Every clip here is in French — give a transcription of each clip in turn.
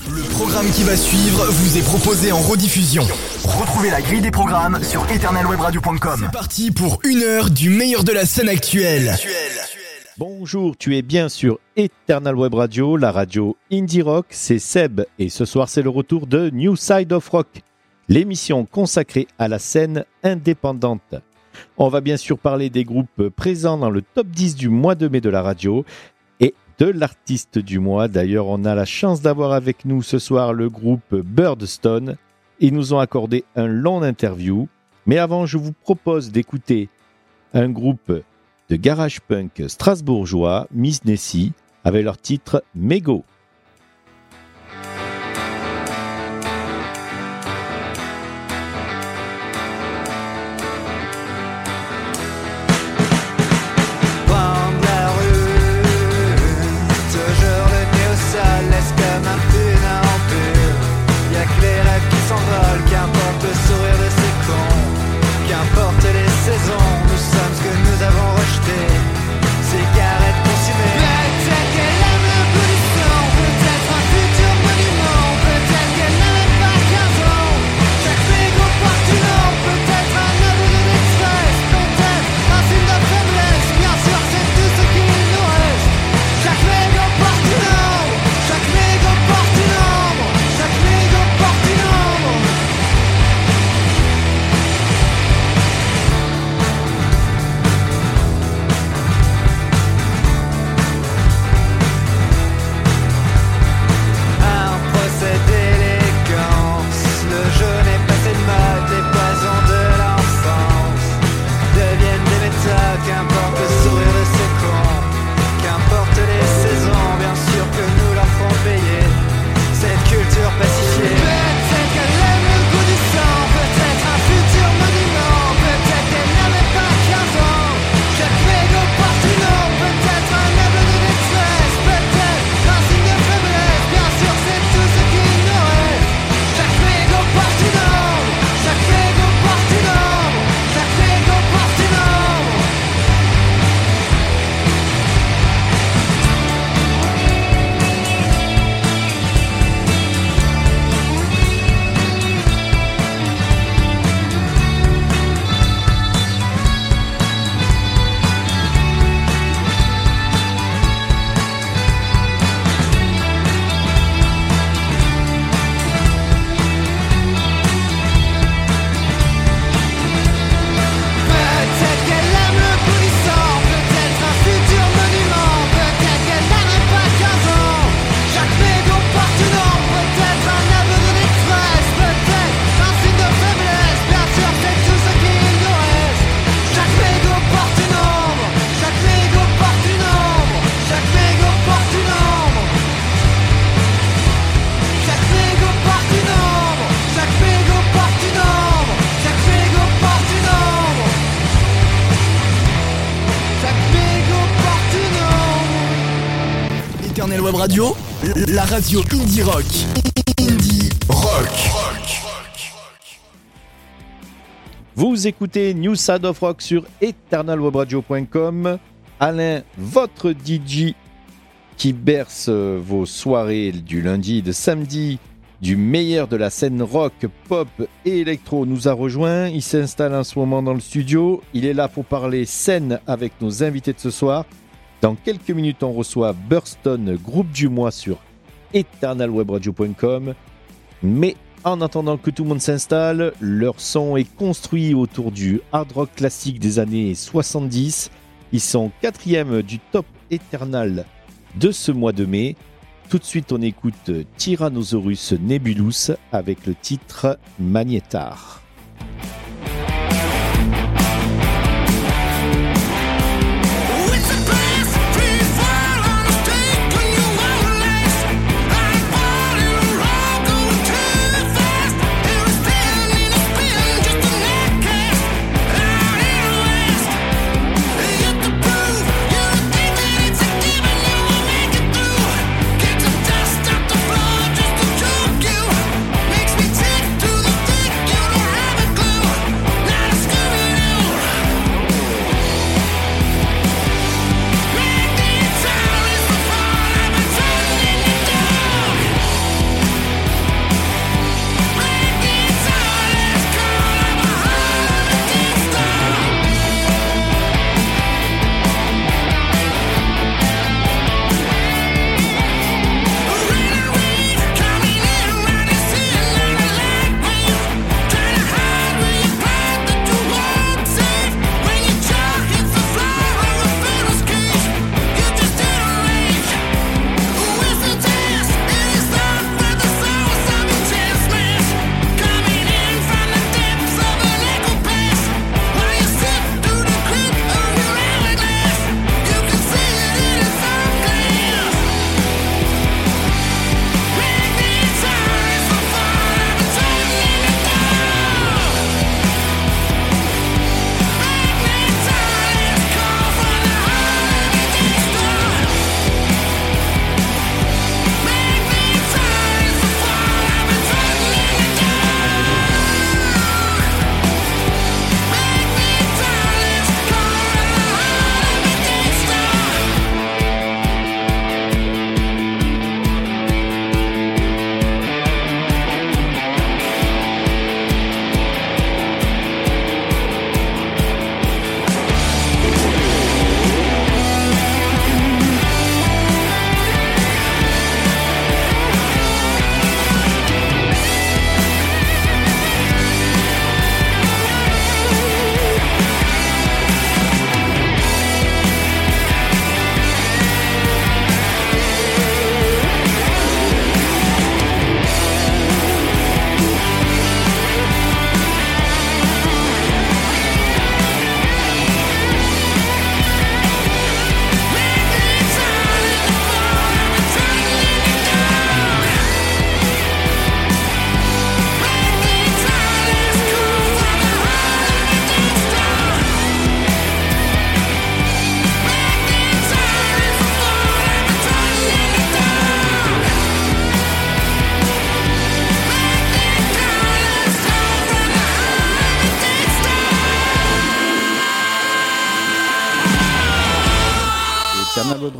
Le programme qui va suivre vous est proposé en rediffusion. Retrouvez la grille des programmes sur eternalwebradio.com. C'est parti pour 1 heure du meilleur de la scène actuelle. Bonjour, tu es bien sur Eternal Web Radio, la radio Indie Rock, c'est Seb et ce soir c'est le retour de New Side of Rock, l'émission consacrée à la scène indépendante. On va bien sûr parler des groupes présents dans le top 10 du mois de mai de la radio et de l'artiste du mois. D'ailleurs, on a la chance d'avoir avec nous ce soir le groupe Birdstone. Ils nous ont accordé un long interview. Mais avant, je vous propose d'écouter un groupe de garage punk strasbourgeois, Miss Nessie, avec leur titre Mego. Qu'importe le sourire de ces cons, qu'importe les saisons, nous sommes ce que nous avons rejeté, cigarettes consumées. Peut-être qu'elle aime le goût du sang, peut-être un futur monument, peut-être qu'elle n'a même pas 15 ans. Chaque mégot porte une ombre, peut-être un aveu de détresse, peut-être un signe de faiblesse, bien sûr c'est tout ce qu'il nous reste. Chaque mégot porte une ombre, chaque mégot porte une ombre, chaque mégot porte une ombre. Qu'importe le sourire de ces cons, qu'importe les saisons, bien sûr que nous leur ferons payer cette culture pacifiée. Peut-être qu'elle aime le goût du sang, peut-être un futur monument, peut-être qu'elle n'a même pas 15 ans. Chaque mégot porte une ombre, peut-être un aveu de détresse, peut-être un signe de faiblesse, bien sûr c'est tout ce qu'il nous reste. Chaque mégot porte une ombre, chaque mégot porte une ombre, chaque mégot porte une ombre. Peut-être qu'elle aime le goût du sang, peut-être un futur monument, peut-être qu'elle n'a même pas 15 ans. Chaque mégot porte une ombre, peut-être un aveu de détresse, peut-être un signe de faiblesse, bien sûr c'est tout ce qu'il nous reste. Chaque mégot porte une ombre, chaque mégot porte une ombre, chaque mégot porte une ombre. Chaque mégot porte une ombre, chaque mégot porte une ombre, chaque mégot porte une ombre. Chaque mégot porte une ombre. Eternal Web Radio, la radio Indie Rock. Indie Rock. Vous écoutez New Side of Rock sur eternalwebradio.com. Alain, votre DJ qui berce vos soirées du lundi et de samedi du meilleur de la scène rock, pop et électro, nous a rejoint. Il s'installe en ce moment dans le studio. Il est là pour parler scène avec nos invités de ce soir. Dans quelques minutes, on reçoit Birdstone, groupe du mois sur eternalwebradio.com. Mais en attendant que tout le monde s'installe, leur son est construit autour du hard rock classique des années 70. Ils sont 4e du top Eternal de ce mois de mai. Tout de suite, on écoute Tyrannosaurus Nebulus avec le titre Magnétar. Makes me take to the thick, you don't have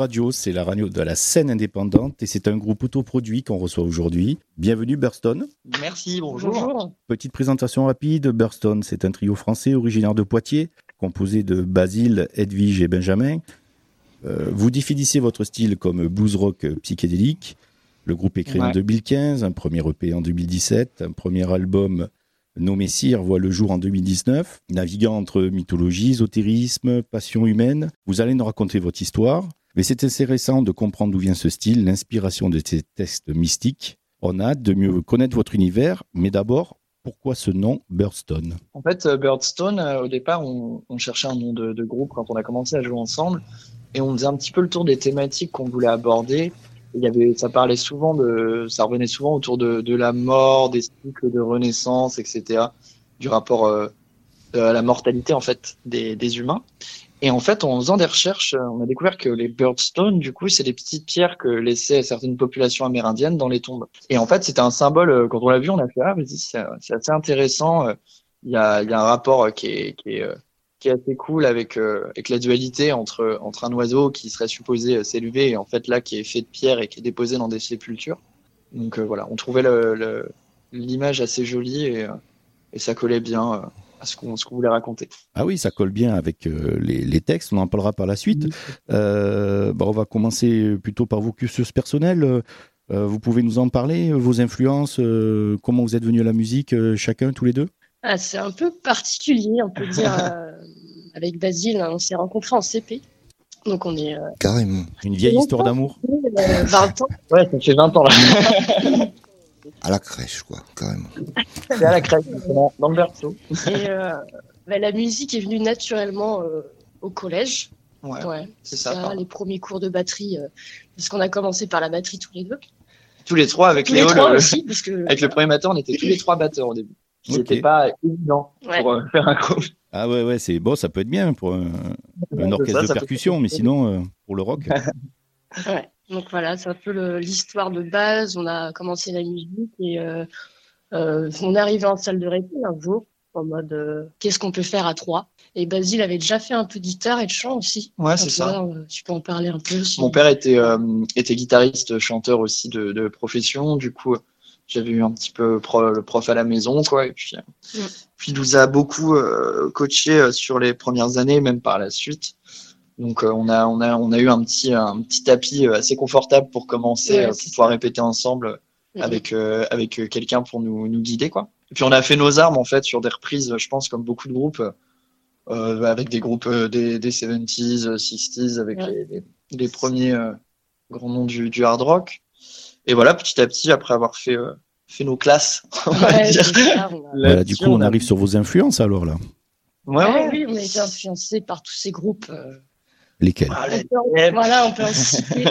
Radio, c'est la radio de la scène indépendante et c'est un groupe autoproduit qu'on reçoit aujourd'hui. Bienvenue Burstone. Merci, bonjour. Petite présentation rapide, Burstone, c'est un trio français originaire de Poitiers, composé de Basile, Edwige et Benjamin. Vous définissez votre style comme blues rock psychédélique. Le groupe est créé en 2015, un premier EP en 2017, un premier album Nos Messirs voit le jour en 2019. Naviguant entre mythologie, ésotérisme, passion humaine, vous allez nous raconter votre histoire. Mais c'est intéressant de comprendre d'où vient ce style, l'inspiration de ces textes mystiques. On a hâte de mieux connaître votre univers, mais d'abord, pourquoi ce nom Burstone ? En fait, Burstone, au départ, on cherchait un nom de groupe quand on a commencé à jouer ensemble. Et on faisait un petit peu le tour des thématiques qu'on voulait aborder. Ça revenait souvent autour de la mort, des cycles de renaissance, etc. Du rapport à la mortalité, en fait, des humains. Et en fait, en faisant des recherches, on a découvert que les Birdstones, du coup, c'est des petites pierres que laissaient certaines populations amérindiennes dans les tombes. Et en fait, c'était un symbole, quand on l'a vu, on a fait, c'est assez intéressant. Il y a un rapport qui est assez cool avec la dualité entre un oiseau qui serait supposé s'élever et en fait là qui est fait de pierre et qui est déposé dans des sépultures. Donc voilà, on trouvait l'image assez jolie et ça collait bien à ce qu'on voulait raconter. Ah oui, ça colle bien avec les textes, on en parlera par la suite. On va commencer plutôt par vos cursus personnels. Vous pouvez nous en parler, vos influences, comment vous êtes venus à la musique, chacun, tous les deux ? C'est un peu particulier, on peut dire. Avec Basile, on s'est rencontrés en CP. Donc on est... Carrément. Une vieille histoire d'amour. 20 ans. Ouais, ça fait 20 ans là. À la crèche, quoi, carrément. C'est à la crèche, dans le berceau. Et la musique est venue naturellement au collège. Ouais, c'est ça. Les premiers cours de batterie, parce qu'on a commencé par la batterie tous les deux. Tous les trois avec Léo. Aussi, parce que... Avec le premier batteur, on était tous les trois batteurs au début. C'était pas évident pour faire un groupe. Ah ouais, c'est bon, ça peut être bien pour un orchestre de percussion, mais sinon, pour le rock. Ouais, donc voilà, c'est un peu l'histoire de base. On a commencé la musique et on est arrivé en salle de récit un jour, en mode qu'est-ce qu'on peut faire à trois. Et Basile avait déjà fait un peu de guitare et de chant aussi. Ouais, c'est ça. Tu peux en parler un peu aussi. Mon père était guitariste, chanteur aussi de profession, du coup... J'avais eu un petit peu le prof à la maison, quoi. Et puis il nous a beaucoup coaché sur les premières années, même par la suite. Donc on a eu un petit tapis assez confortable pour commencer, pour pouvoir répéter ensemble avec quelqu'un pour nous guider, quoi. Et puis on a fait nos armes en fait sur des reprises, je pense, comme beaucoup de groupes, avec des groupes des 70s, 60s, avec les premiers grands noms du hard rock. Et voilà, petit à petit, après avoir fait nos classes, on va dire. Voilà, du coup, on arrive sur vos influences alors là. Ouais. Oui, on a été influencés par tous ces groupes. Lesquels ? On peut en citer.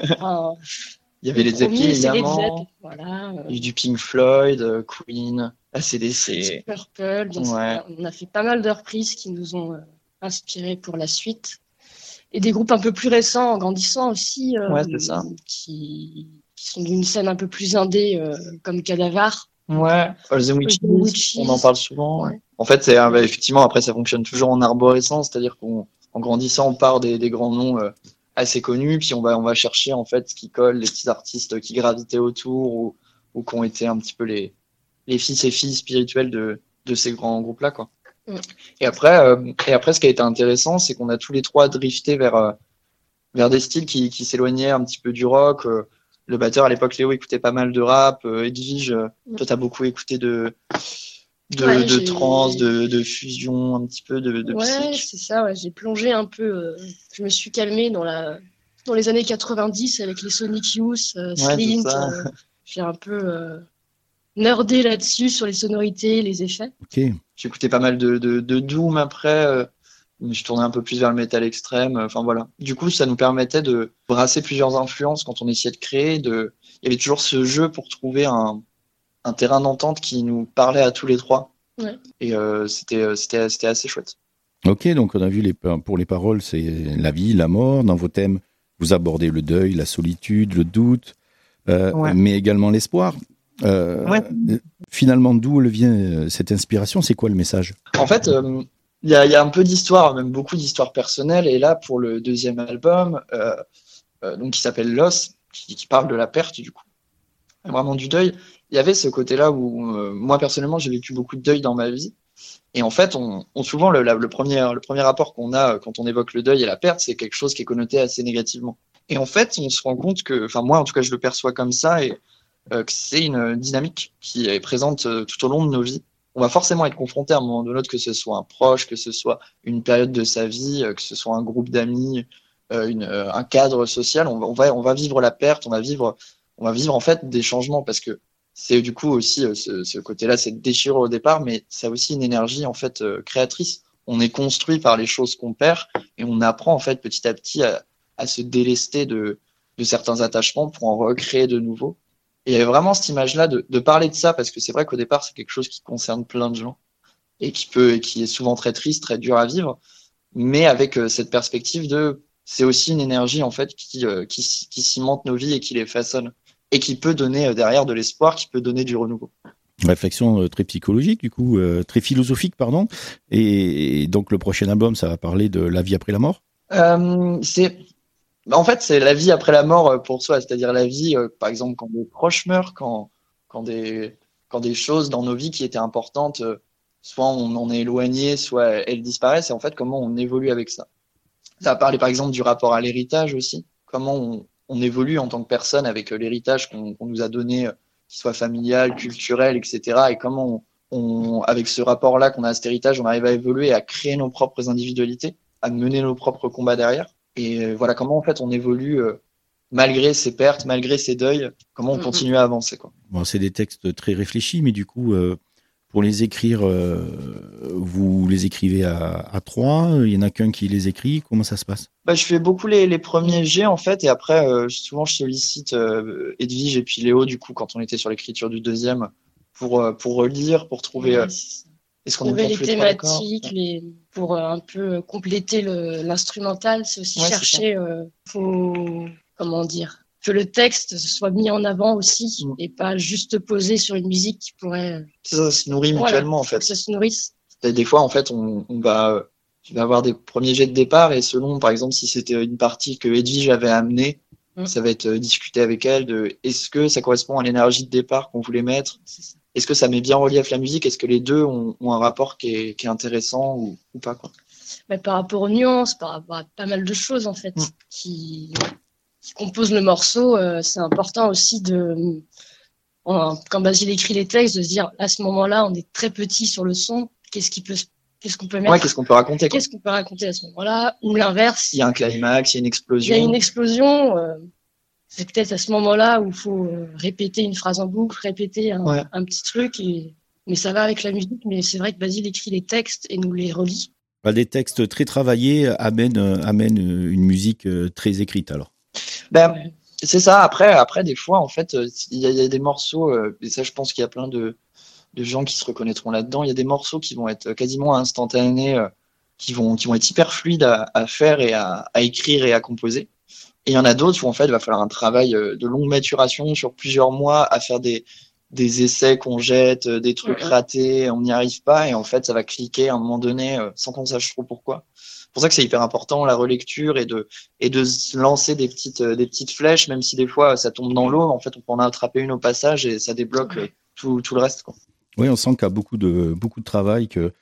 Il y avait les Zeppelin, évidemment. Voilà. Il y a eu du Pink Floyd, Queen, AC/DC. Purple, bien sûr. On a fait pas mal de reprises qui nous ont inspirés pour la suite. Et des groupes un peu plus récents, en grandissant aussi. C'est ça. Qui sont d'une scène un peu plus indé, comme Cadavar. Ouais, The Witches, on en parle souvent. Ouais. En fait, effectivement, après, ça fonctionne toujours en arborescence, c'est-à-dire qu'en grandissant, on part des grands noms assez connus, puis on va chercher en fait ce qui colle, les petits artistes qui gravitaient autour ou qui ont été un petit peu les fils et filles spirituels de ces grands groupes-là, quoi. Et après, ce qui a été intéressant, c'est qu'on a tous les trois drifté vers des styles qui s'éloignaient un petit peu du rock. Le batteur à l'époque, Léo, écoutait pas mal de rap. Edwige, toi, t'as beaucoup écouté de trance, de fusion, un petit peu de psych. C'est ça. Ouais. J'ai plongé un peu. Je me suis calmée dans les années 90 avec les Sonic Youth, Slint. J'ai un peu nerdé là-dessus sur les sonorités, les effets. Ok. J'écoutais pas mal de doom après. Je tournais un peu plus vers le métal extrême. Enfin voilà. Du coup, ça nous permettait de brasser plusieurs influences quand on essayait de créer. Il y avait toujours ce jeu pour trouver un terrain d'entente qui nous parlait à tous les trois. Ouais. Et c'était assez chouette. Ok, donc on a vu pour les paroles, c'est la vie, la mort. Dans vos thèmes, vous abordez le deuil, la solitude, le doute, mais également l'espoir. Finalement, d'où vient cette inspiration ? C'est quoi le message ? En fait, il y a un peu d'histoire, même beaucoup d'histoires personnelles. Et là, pour le deuxième album, donc qui s'appelle Loss, qui parle de la perte du coup, vraiment du deuil. Il y avait ce côté-là où moi personnellement j'ai vécu beaucoup de deuil dans ma vie. Et en fait, on souvent le premier rapport qu'on a quand on évoque le deuil et la perte, c'est quelque chose qui est connoté assez négativement. Et en fait, on se rend compte que, enfin moi en tout cas, je le perçois comme ça, et que c'est une dynamique qui est présente tout au long de nos vies. On va forcément être confronté à un moment ou à l'autre, que ce soit un proche, que ce soit une période de sa vie, que ce soit un groupe d'amis, un cadre social. On va vivre la perte, on va vivre en fait des changements, parce que c'est du coup aussi ce côté-là, cette déchirure au départ, mais ça a aussi une énergie en fait créatrice. On est construit par les choses qu'on perd, et on apprend en fait petit à petit à se délester de certains attachements pour en recréer de nouveaux. Et il y avait vraiment cette image-là de parler de ça, parce que c'est vrai qu'au départ, c'est quelque chose qui concerne plein de gens et qui est souvent très triste, très dur à vivre, mais avec cette perspective c'est aussi une énergie en fait qui cimente nos vies et qui les façonne, et qui peut donner derrière de l'espoir, qui peut donner du renouveau. Réflexion très psychologique, du coup, très philosophique, pardon. Et donc le prochain album, ça va parler de la vie après la mort. En fait, c'est la vie après la mort pour soi, c'est-à-dire la vie, par exemple, quand des proches meurent, quand des choses dans nos vies qui étaient importantes, soit on en est éloigné, soit elles disparaissent, et en fait, comment on évolue avec ça. Ça va parler, par exemple, du rapport à l'héritage aussi, comment on évolue en tant que personne avec l'héritage qu'on nous a donné, qu'il soit familial, culturel, etc., et comment avec ce rapport-là qu'on a à cet héritage, on arrive à évoluer, à créer nos propres individualités, à mener nos propres combats derrière. Et voilà comment en fait on évolue malgré ces pertes, malgré ces deuils, comment on continue à avancer, quoi. Bon, c'est des textes très réfléchis, mais du coup, pour les écrire, vous les écrivez à trois, il y en a qu'un qui les écrit, comment ça se passe? Je fais beaucoup les premiers jets en fait, et après souvent je sollicite Edwige et puis Léo du coup quand on était sur l'écriture du deuxième pour relire, pour trouver trouver les thématiques, pour un peu compléter l'instrumental. C'est aussi chercher, comment dire, que le texte soit mis en avant aussi, et pas juste posé sur une musique qui pourrait. Ça se nourrit mutuellement en fait. Ça se nourrisse. Des fois en fait tu vas avoir des premiers jets de départ, et selon par exemple si c'était une partie que Edwige avait amenée, ça va être discuté avec elle de est-ce que ça correspond à l'énergie de départ qu'on voulait mettre. Est-ce que ça met bien en relief la musique? Est-ce que les deux ont un rapport qui est intéressant ou pas, quoi? Par rapport aux nuances, par rapport à pas mal de choses en fait qui composent le morceau, c'est important aussi quand Basile écrit les textes, de se dire à ce moment-là, on est très petit sur le son. Qu'est-ce qu'on peut mettre? Qu'est-ce qu'on peut raconter, quoi. Qu'est-ce qu'on peut raconter à ce moment-là? Ou l'inverse. Il y a un climax, il y a une explosion. Il y a une explosion. C'est peut-être à ce moment-là où il faut répéter une phrase en boucle, répéter un petit truc, mais ça va avec la musique. Mais c'est vrai que Basile écrit les textes et nous les relit. Des textes très travaillés amènent une musique très écrite, alors. C'est ça. Après, des fois, en fait, il y a des morceaux, et ça, je pense qu'il y a plein de gens qui se reconnaîtront là-dedans. Il y a des morceaux qui vont être quasiment instantanés, qui vont être hyper fluides à faire et à écrire et à composer. Et il y en a d'autres où en fait il va falloir un travail de longue maturation sur plusieurs mois, à faire des essais qu'on jette, des trucs ratés, on n'y arrive pas, et en fait ça va cliquer à un moment donné sans qu'on sache trop pourquoi. C'est pour ça que c'est hyper important la relecture, et de se lancer des petites flèches, même si des fois ça tombe dans l'eau, en fait on peut en attraper une au passage et ça débloque tout le reste, quoi. Oui, on sent qu'il y a beaucoup de travail, que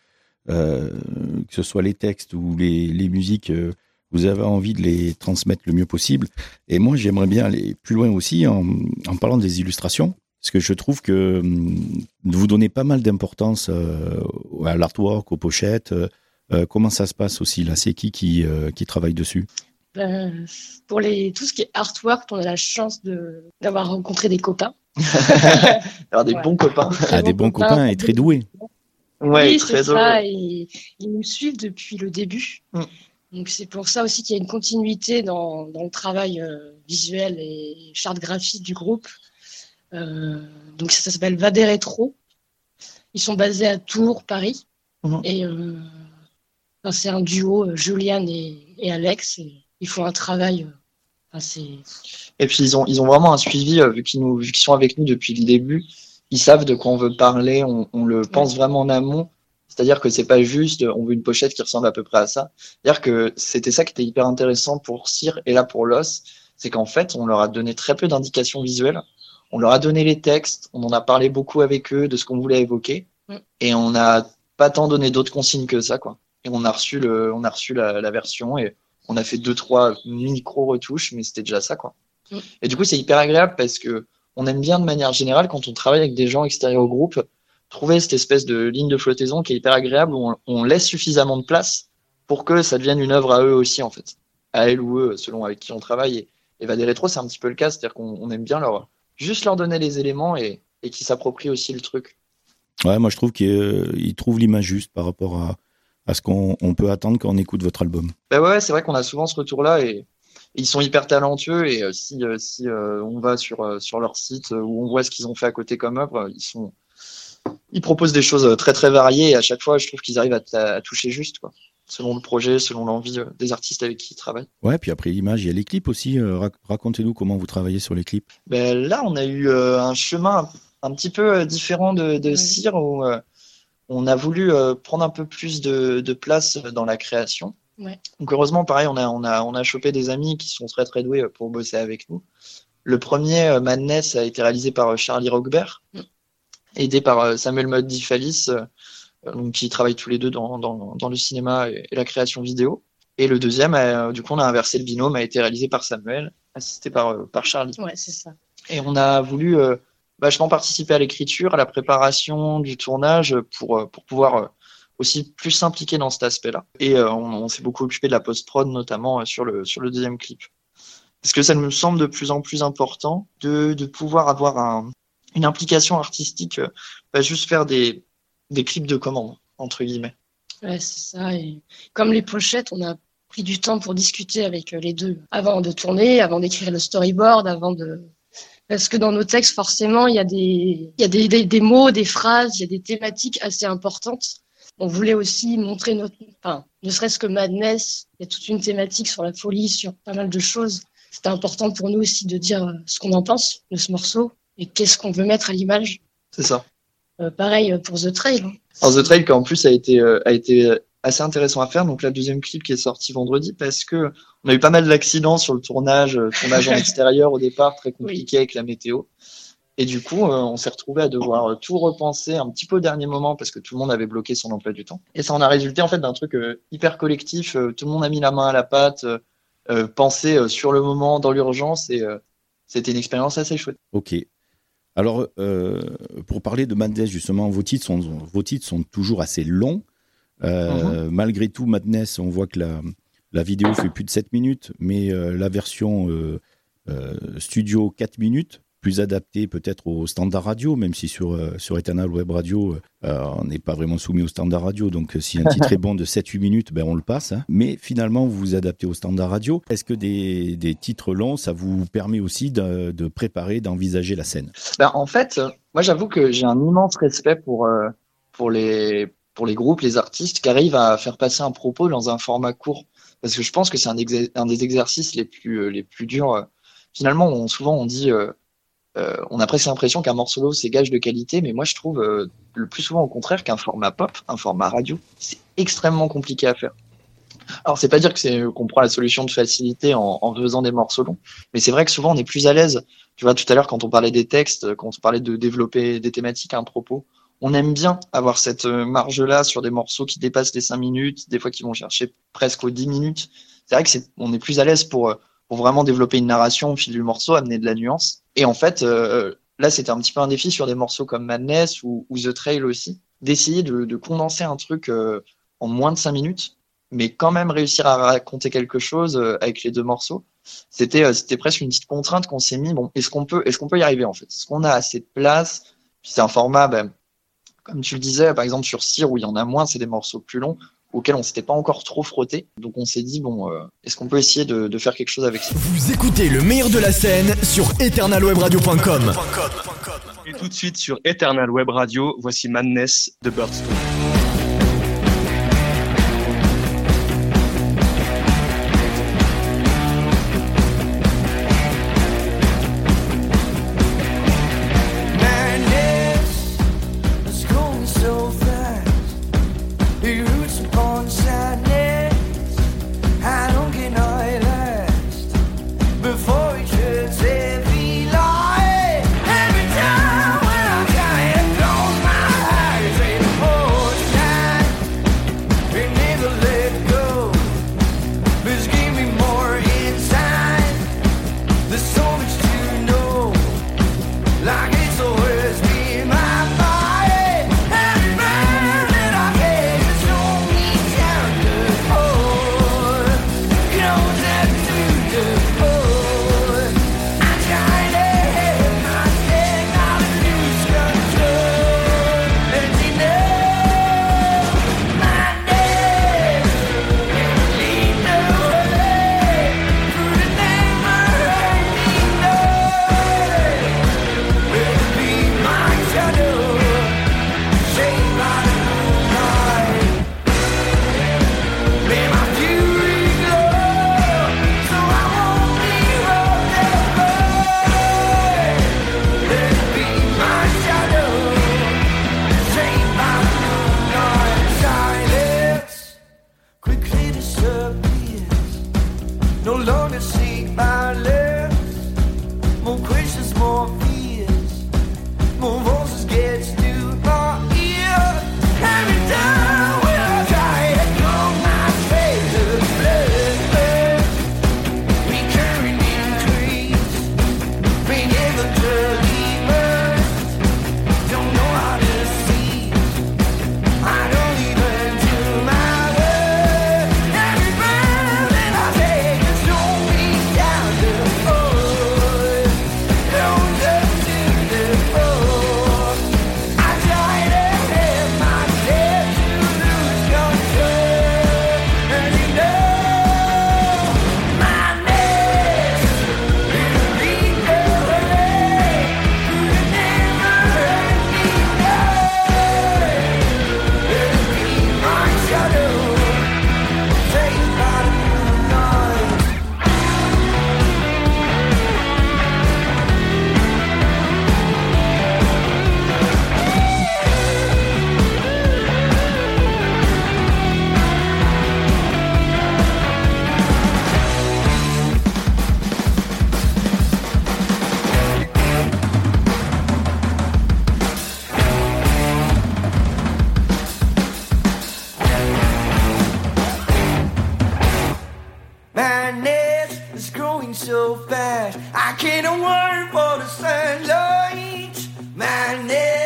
ce soit les textes ou les musiques, vous avez envie de les transmettre le mieux possible. Et moi, j'aimerais bien aller plus loin aussi en parlant des illustrations, parce que je trouve que vous donnez pas mal d'importance à l'artwork, aux pochettes. Comment ça se passe aussi là? C'est qui travaille dessus? Pour tout ce qui est artwork, on a la chance d'avoir rencontré des copains. Alors des bons copains. Des bons copains et très doués. Ouais, oui, c'est ça. Et ils nous suivent depuis le début. Donc c'est pour ça aussi qu'il y a une continuité dans le travail visuel et charte graphique du groupe. Donc ça s'appelle Vadé Rétro. Ils sont basés à Tours, Paris. Et c'est un duo, Juliane et Alex. Et ils font un travail. Et puis ils ont vraiment un suivi, vu qu'ils sont avec nous depuis le début. Ils savent de quoi on veut parler. On le pense vraiment en amont. C'est-à-dire que c'est pas juste, on veut une pochette qui ressemble à peu près à ça. C'est-à-dire que c'était ça qui était hyper intéressant pour Cyr et là pour Loss. c'est qu'en fait, on leur a donné très peu d'indications visuelles. On leur a donné les textes, on en a parlé beaucoup avec eux de ce qu'on voulait évoquer, et on n'a pas tant donné d'autres consignes que ça, quoi. Et on a reçu la version, et on a fait 2-3 micro-retouches, mais c'était déjà ça, quoi. Et du coup, c'est hyper agréable parce que on aime bien, de manière générale, quand on travaille avec des gens extérieurs au groupe, trouver cette espèce de ligne de flottaison qui est hyper agréable, où on laisse suffisamment de place pour que ça devienne une œuvre à eux aussi, en fait. À elles ou eux, selon avec qui on travaille. Et Vade Rétro, c'est un petit peu le cas, c'est-à-dire qu'on aime bien juste leur donner les éléments et qu'ils s'approprient aussi le truc. Ouais, moi je trouve qu'ils trouvent l'image juste par rapport à ce qu'on peut attendre quand on écoute votre album. Ben ouais, c'est vrai qu'on a souvent ce retour-là et ils sont hyper talentueux et si on va sur leur site où on voit ce qu'ils ont fait à côté comme œuvre, ils proposent des choses très très variées et à chaque fois je trouve qu'ils arrivent à toucher juste, quoi, selon le projet, selon l'envie des artistes avec qui ils travaillent. Ouais, puis après l'image, il y a les clips aussi. Racontez-nous comment vous travaillez sur les clips. Ben là, on a eu un chemin un petit peu différent de Cyr où on a voulu prendre un peu plus de place dans la création. Ouais. Donc heureusement, pareil, on a chopé des amis qui sont très très doués pour bosser avec nous. Le premier, Madness, a été réalisé par Charlie Roquebert, aidé par Samuel Moddi-Fallis, donc qui travaillent tous les deux dans le cinéma et la création vidéo. Et le deuxième, du coup, on a inversé le binôme, a été réalisé par Samuel, assisté par Charlie. Ouais, c'est ça. Et on a voulu vachement participer à l'écriture, à la préparation du tournage pour pouvoir aussi plus s'impliquer dans cet aspect-là. Et on s'est beaucoup occupé de la post-prod, notamment sur le deuxième clip. Parce que ça me semble de plus en plus important de pouvoir avoir une implication artistique, pas juste faire des clips de commande, entre guillemets. Ouais, c'est ça. Et comme les pochettes, on a pris du temps pour discuter avec les deux avant de tourner, avant d'écrire le storyboard, parce que dans nos textes, forcément, il y a des mots, des phrases, il y a des thématiques assez importantes. On voulait aussi montrer ne serait-ce que Madness, il y a toute une thématique sur la folie, sur pas mal de choses. C'était important pour nous aussi de dire ce qu'on en pense de ce morceau et qu'est-ce qu'on veut mettre à l'image. C'est ça. Pareil pour The Trail. Alors The Trail, qui en plus a été assez intéressant à faire. Donc la deuxième clip qui est sortie vendredi, parce que on a eu pas mal d'accidents sur le tournage en extérieur au départ, très compliqué avec la météo. Et du coup, on s'est retrouvé à devoir tout repenser un petit peu au dernier moment parce que tout le monde avait bloqué son emploi du temps. Et ça en a résulté en fait d'un truc hyper collectif. Tout le monde a mis la main à la pâte, pensé sur le moment, dans l'urgence, et c'était une expérience assez chouette. Ok. Alors, pour parler de Madness, justement, vos titres sont toujours assez longs. Malgré tout, Madness, on voit que la vidéo fait plus de 7 minutes, mais la version studio 4 minutes, plus adaptée peut-être au standard radio, même si sur Eternal Web Radio, on n'est pas vraiment soumis au standard radio. Donc, si un titre est bon de 7-8 minutes, on le passe. Hein. Mais finalement, vous vous adaptez au standard radio. Est-ce que des titres longs, ça vous permet aussi de préparer, d'envisager la scène ? En fait, moi, j'avoue que j'ai un immense respect pour les groupes, les artistes qui arrivent à faire passer un propos dans un format court. Parce que je pense que c'est un des exercices les plus durs. Finalement, souvent, on dit... on a presque l'impression qu'un morceau solo c'est gage de qualité, mais moi je trouve le plus souvent au contraire qu'un format pop, un format radio, c'est extrêmement compliqué à faire. Alors c'est pas dire qu'on prend la solution de facilité en faisant des morceaux longs, mais c'est vrai que souvent on est plus à l'aise. Tu vois, tout à l'heure quand on parlait des textes, quand on parlait de développer des thématiques, un propos, on aime bien avoir cette marge-là sur des morceaux qui dépassent les 5 minutes, des fois qui vont chercher presque aux 10 minutes. C'est vrai que on est plus à l'aise pour vraiment développer une narration au fil du morceau, amener de la nuance. Et en fait, là, c'était un petit peu un défi sur des morceaux comme Madness ou The Trail aussi, d'essayer de condenser un truc en moins de 5 minutes, mais quand même réussir à raconter quelque chose avec les deux morceaux. C'était presque une petite contrainte qu'on s'est mis. Bon, est-ce qu'on peut y arriver en fait ? Est-ce qu'on a assez de place ? Puis c'est un format, comme tu le disais, par exemple sur Cyr, où il y en a moins, c'est des morceaux plus longs, auquel on s'était pas encore trop frotté. Donc on s'est dit, est-ce qu'on peut essayer de faire quelque chose avec ça ? Vous écoutez le meilleur de la scène sur eternalwebradio.com. Et tout de suite sur Eternal Web Radio, voici Madness de Birdstone. Before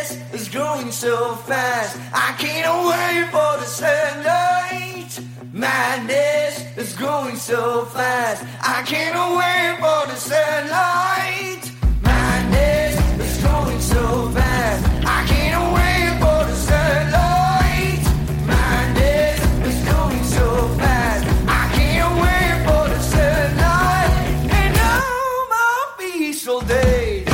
Madness is growing so fast. I can't wait for the sunlight. Madness is growing so fast. I can't wait for the sunlight. Madness is growing so fast. I can't wait for the sunlight. Madness is growing so fast. I can't wait for the sunlight. And no more peaceful days.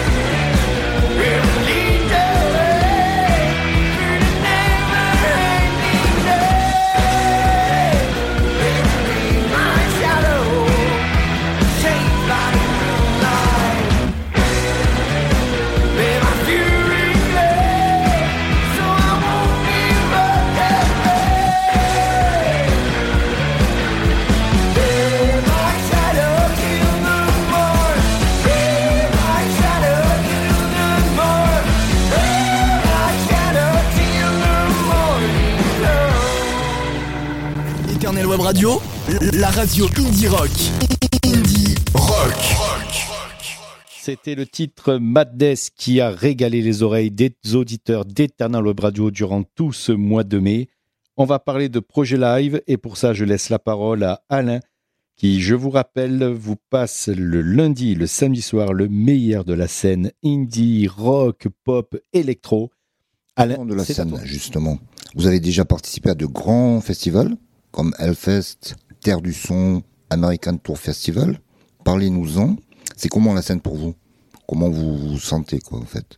Éternel Web Radio, la radio indie rock. Indie rock. C'était le titre Madness qui a régalé les oreilles des auditeurs d'Éternel Web Radio durant tout ce mois de mai. On va parler de projet live et pour ça je laisse la parole à Alain qui, je vous rappelle, vous passe le lundi et le samedi soir le meilleur de la scène indie, rock, pop, électro. Alain, de la scène, justement. Vous avez déjà participé à de grands festivals comme Hellfest, Terre du Son, American Tour Festival. Parlez-nous-en. C'est comment la scène pour vous? Comment vous vous sentez, quoi, en fait?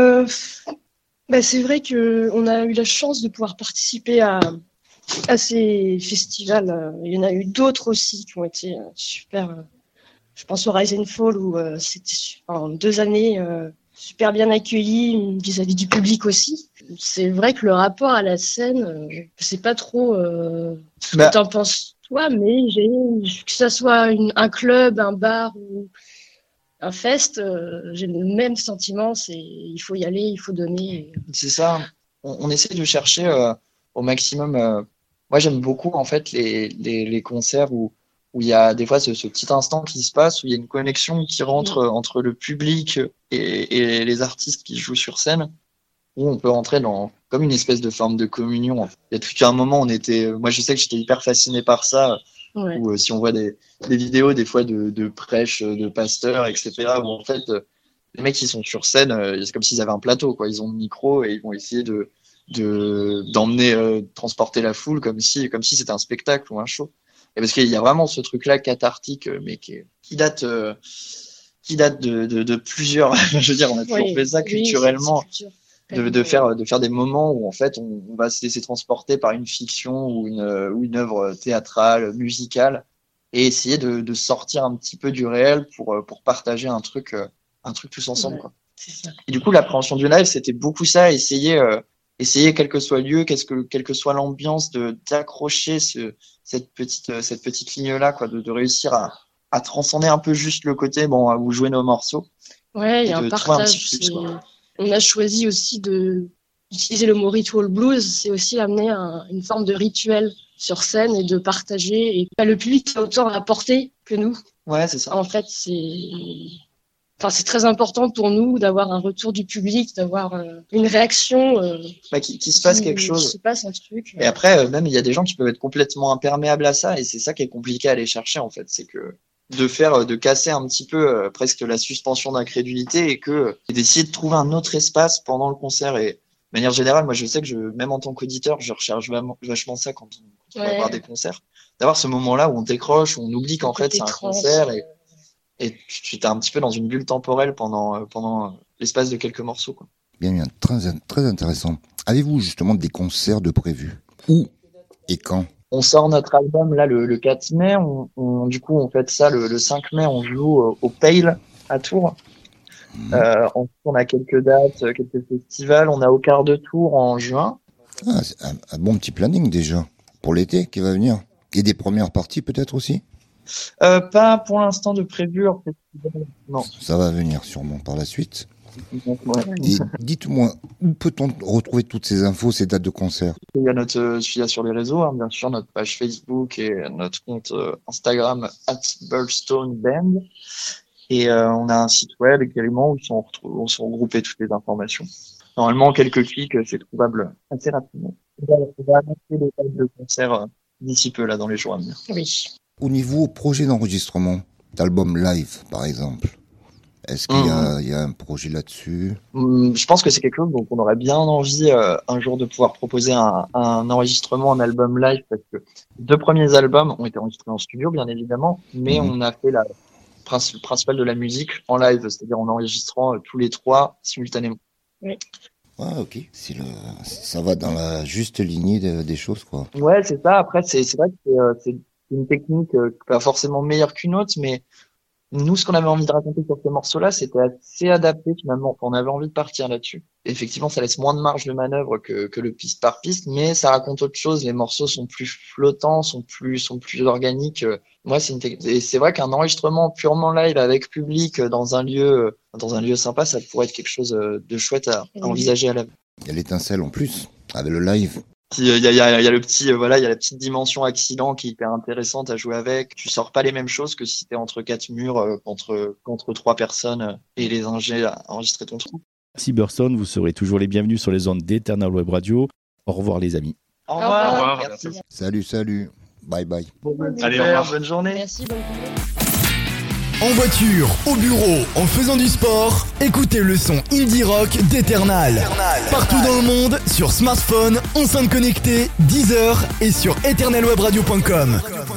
C'est vrai qu'on a eu la chance de pouvoir participer à ces festivals. Il y en a eu d'autres aussi qui ont été super. Je pense au Rise and Fall où c'était en 2 années super bien accueilli vis-à-vis du public aussi. C'est vrai que le rapport à la scène, je sais pas trop ce que t'en penses toi, mais que ça soit un club, un bar ou un fest, j'ai le même sentiment, c'est il faut y aller, il faut donner. C'est ça, on essaie de chercher au maximum. Moi j'aime beaucoup en fait les concerts où il y a des fois ce petit instant qui se passe, où il y a une connexion qui rentre entre le public et les artistes qui jouent sur scène, où on peut rentrer dans comme une espèce de forme de communion. Il y a tout un moment, moi je sais que j'étais hyper fasciné par ça, où si on voit des vidéos des fois de prêches, de pasteurs, etc., où en fait les mecs qui sont sur scène, c'est comme s'ils avaient un plateau, quoi. Ils ont le micro et ils vont essayer d'emmener, transporter la foule comme si c'était un spectacle ou un show. Et parce qu'il y a vraiment ce truc-là cathartique, mais qui date de plusieurs. Je veux dire, on a toujours fait ça culturellement, de faire des moments où en fait on va se laisser transporter par une fiction ou une œuvre théâtrale, musicale, et essayer de sortir un petit peu du réel pour partager un truc tous ensemble, quoi. Et du coup, l'appréhension du live, c'était beaucoup ça, essayer quel que soit le lieu, quelle que soit l'ambiance, d'accrocher cette petite ligne-là, quoi, de réussir à transcender un peu juste le côté, où jouer nos morceaux. Ouais, il y a un partage. On a choisi aussi d'utiliser le mot ritual blues, c'est aussi amener une forme de rituel sur scène et de partager. Et le public a autant à apporter que nous. Ouais, c'est ça. En fait, c'est très important pour nous d'avoir un retour du public, d'avoir une réaction. Qui se passe quelque chose. Qui se passe un truc. Et après, même, il y a des gens qui peuvent être complètement imperméables à ça, et c'est ça qui est compliqué à aller chercher, en fait. C'est que de casser un petit peu presque la suspension d'incrédulité et d'essayer de trouver un autre espace pendant le concert. Et de manière générale, moi, je sais que même en tant qu'auditeur, je recherche vachement ça quand on va voir des concerts. D'avoir ce moment-là où on décroche, où on oublie qu'en fait, c'est un concert et tu es un petit peu dans une bulle temporelle pendant l'espace de quelques morceaux, quoi. Bien, très, très intéressant. Avez-vous justement des concerts de prévus? Où et quand? On sort notre album là le 4 mai. Du coup, on fait ça le 5 mai. On joue au Pale à Tours. On a quelques dates, quelques festivals. On a au quart de tour en juin. C'est un bon petit planning déjà pour l'été qui va venir. Et des premières parties peut-être aussi? Pas pour l'instant de prévu en festival. Non. Ça va venir sûrement par la suite. Ouais. Et dites-moi, où peut-on retrouver toutes ces infos, ces dates de concert? Il y a sur les réseaux, bien sûr, notre page Facebook et notre compte Instagram @Birdstoneband. Et on a un site web également où sont regroupées toutes les informations. normalement, en quelques clics, c'est trouvable assez rapidement. On va annoncer les dates de concert d'ici peu, là, dans les jours à venir. Oui. Au niveau projet d'enregistrement, d'album live, par exemple, est-ce qu'il y a un projet là-dessus? Je pense que c'est quelque chose dont on aurait bien envie un jour de pouvoir proposer un enregistrement en album live, parce que les 2 premiers albums ont été enregistrés en studio, bien évidemment, mais on a fait le principal de la musique en live, c'est-à-dire en enregistrant tous les 3 simultanément. Oui. Ah, ok. Ça va dans la juste lignée des choses, quoi. Ouais, c'est ça. Après, c'est vrai que c'est une technique pas forcément meilleure qu'une autre, mais nous, ce qu'on avait envie de raconter sur ces morceaux-là, c'était assez adapté finalement. Enfin, on avait envie de partir là-dessus. Effectivement, ça laisse moins de marge de manœuvre que le piste par piste, mais ça raconte autre chose. Les morceaux sont plus flottants, sont plus organiques. Moi, et c'est vrai qu'un enregistrement purement live avec public dans un lieu sympa, ça pourrait être quelque chose de chouette à envisager à l'avenir. Il y a l'étincelle en plus, avec le live. Puis il y a le petit il y a la petite dimension accident qui est hyper intéressante à jouer avec. Tu sors pas les mêmes choses que si t'es entre 4 murs contre 3 personnes et les ingés à enregistrer ton truc. Merci Burson, vous serez toujours les bienvenus sur les ondes d'Eternal Web Radio. Au revoir les amis. Au revoir. Au revoir. Merci. Salut. Bye bye. Allez, au revoir. Bonne journée. Merci, bonne journée. En voiture, au bureau, en faisant du sport, écoutez le son indie rock d'Eternal. Partout dans le monde, sur smartphone, enceinte connectée, Deezer et sur eternalwebradio.com.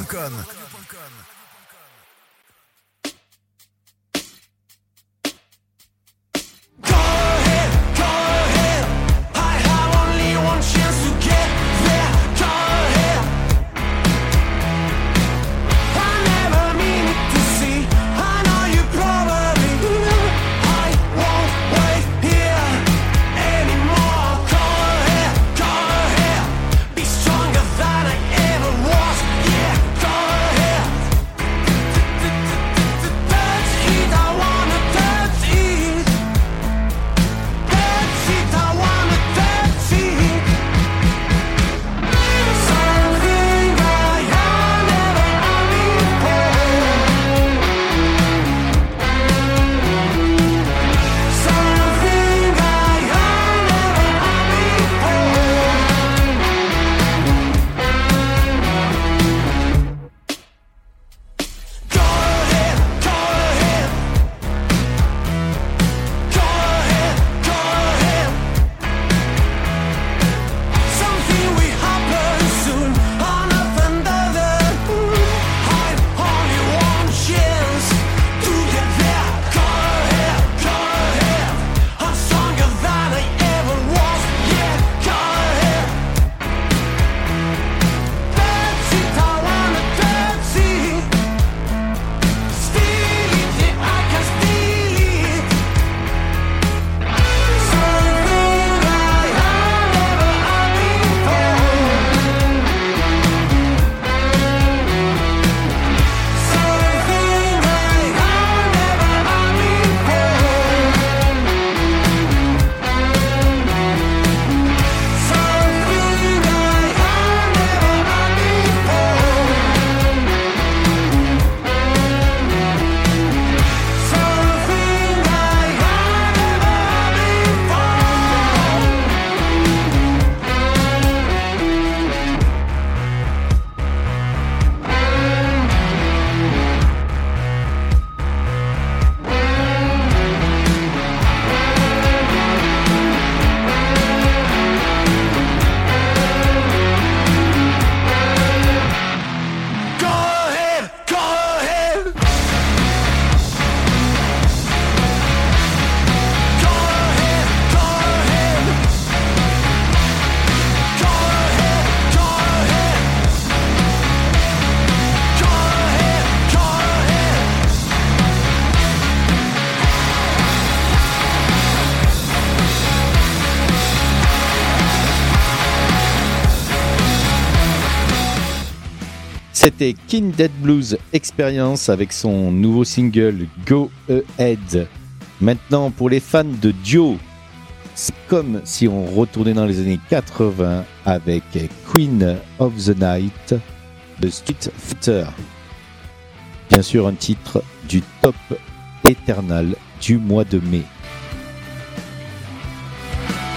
C'était King Dead Blues Experience avec son nouveau single Go Ahead. Maintenant, pour les fans de Dio, c'est comme si on retournait dans les années 80 avec Queen of the Night de Street Fighter. Bien sûr, un titre du top Eternal du mois de mai.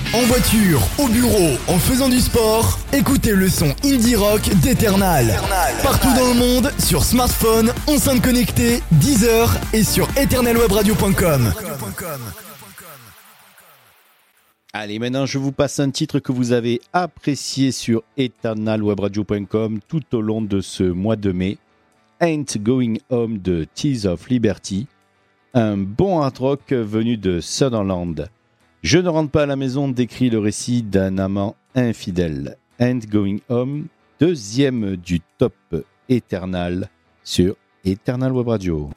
en voiture, au bureau, en faisant du sport, écoutez le son indie rock d'Eternal. Partout dans le monde, sur smartphone, enceinte connectée, Deezer et sur eternalwebradio.com. Allez, maintenant je vous passe un titre que vous avez apprécié sur eternalwebradio.com tout au long de ce mois de mai. Ain't Going Home de Tears of Liberty, un bon hard rock venu de Sutherland. Je ne rentre pas à la maison décrit le récit d'un amant infidèle. Ain't Going Home, deuxième du top Eternal sur Eternal Web Radio.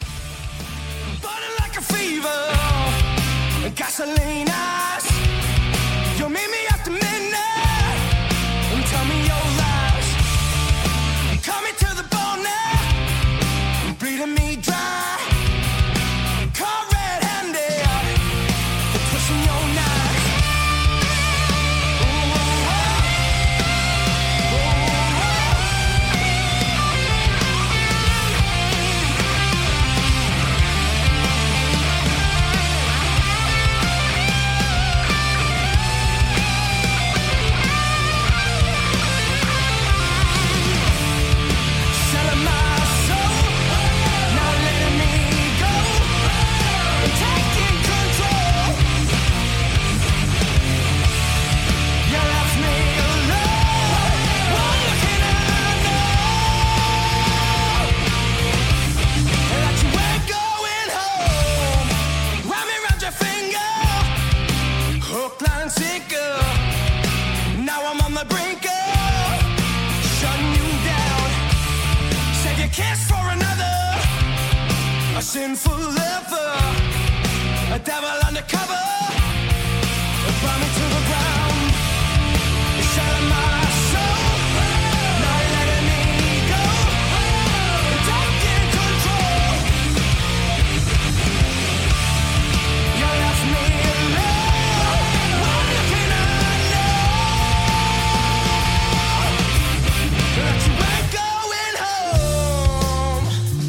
Sinful lover, a devil undercover, brought me to the ground, selling my soul, not letting me go, taking control. You left me alone, one looking I know that you ain't going home.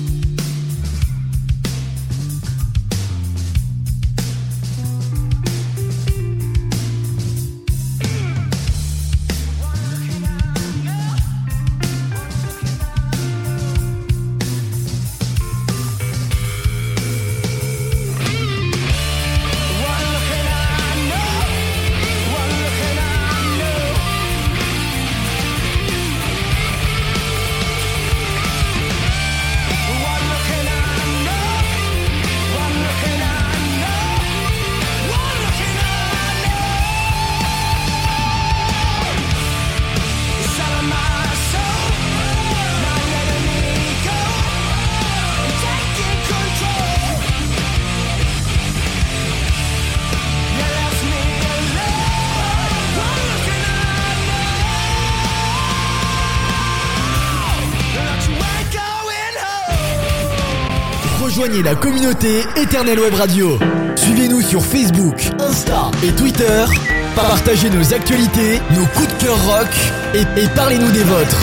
Rejoignez la communauté Eternal Web Radio. Suivez-nous sur Facebook, Insta et Twitter. Partagez nos actualités, nos coups de cœur rock et parlez-nous des vôtres.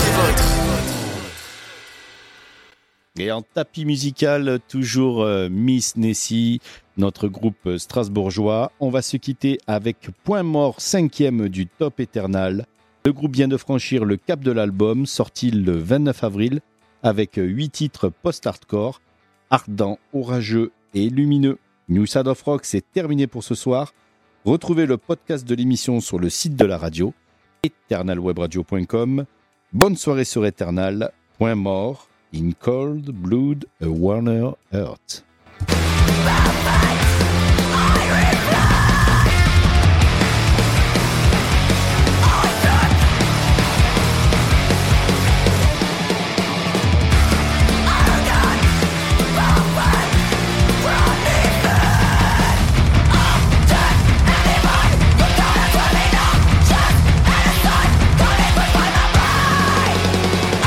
Et en tapis musical, toujours Miss Nessie, notre groupe strasbourgeois. On va se quitter avec Point Mort, 5e du top Eternal. Le groupe vient de franchir le cap de l'album, sorti le 29 avril, avec 8 titres post-hardcore, ardent, orageux et lumineux. New Side of Rock, c'est terminé pour ce soir. Retrouvez le podcast de l'émission sur le site de la radio, eternalwebradio.com. Bonne soirée sur Eternal. Point Mort, In Cold Blood, a Warner Earth.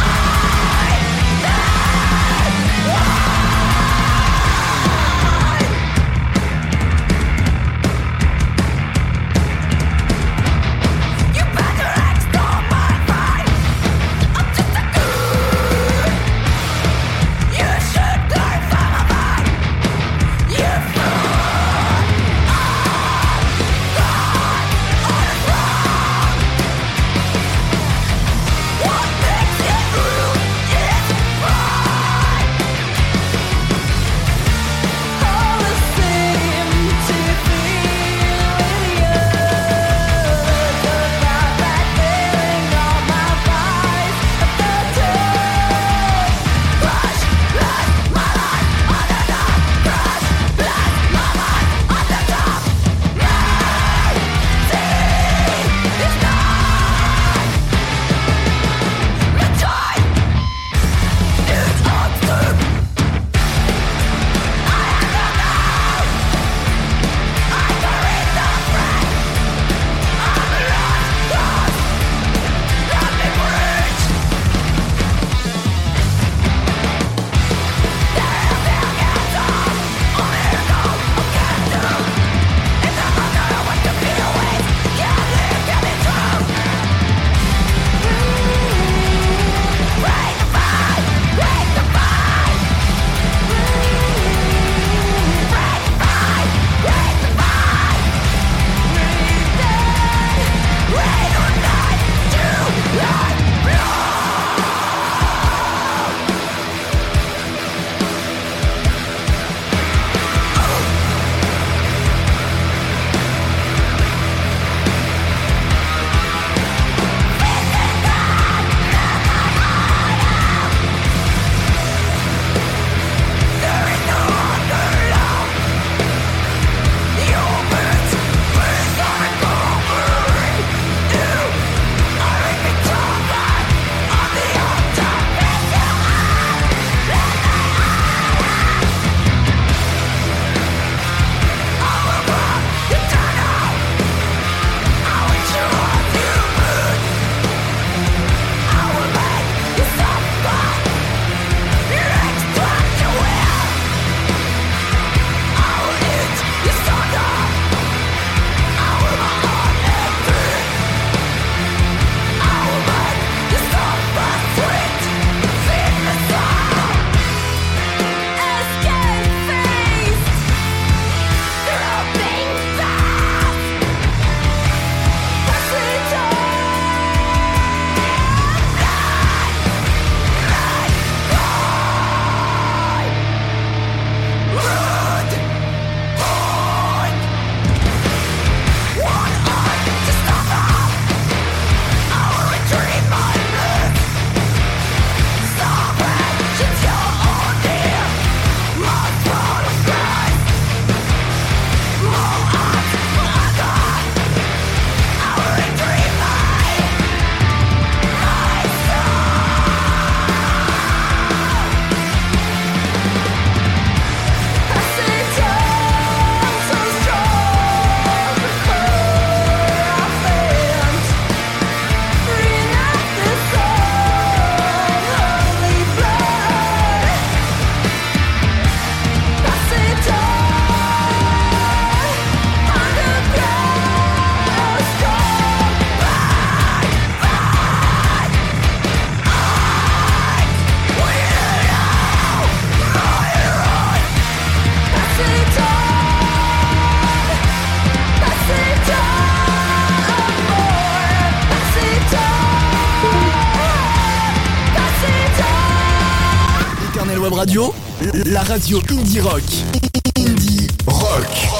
I Web Radio, la radio Indie Rock. Indie Rock.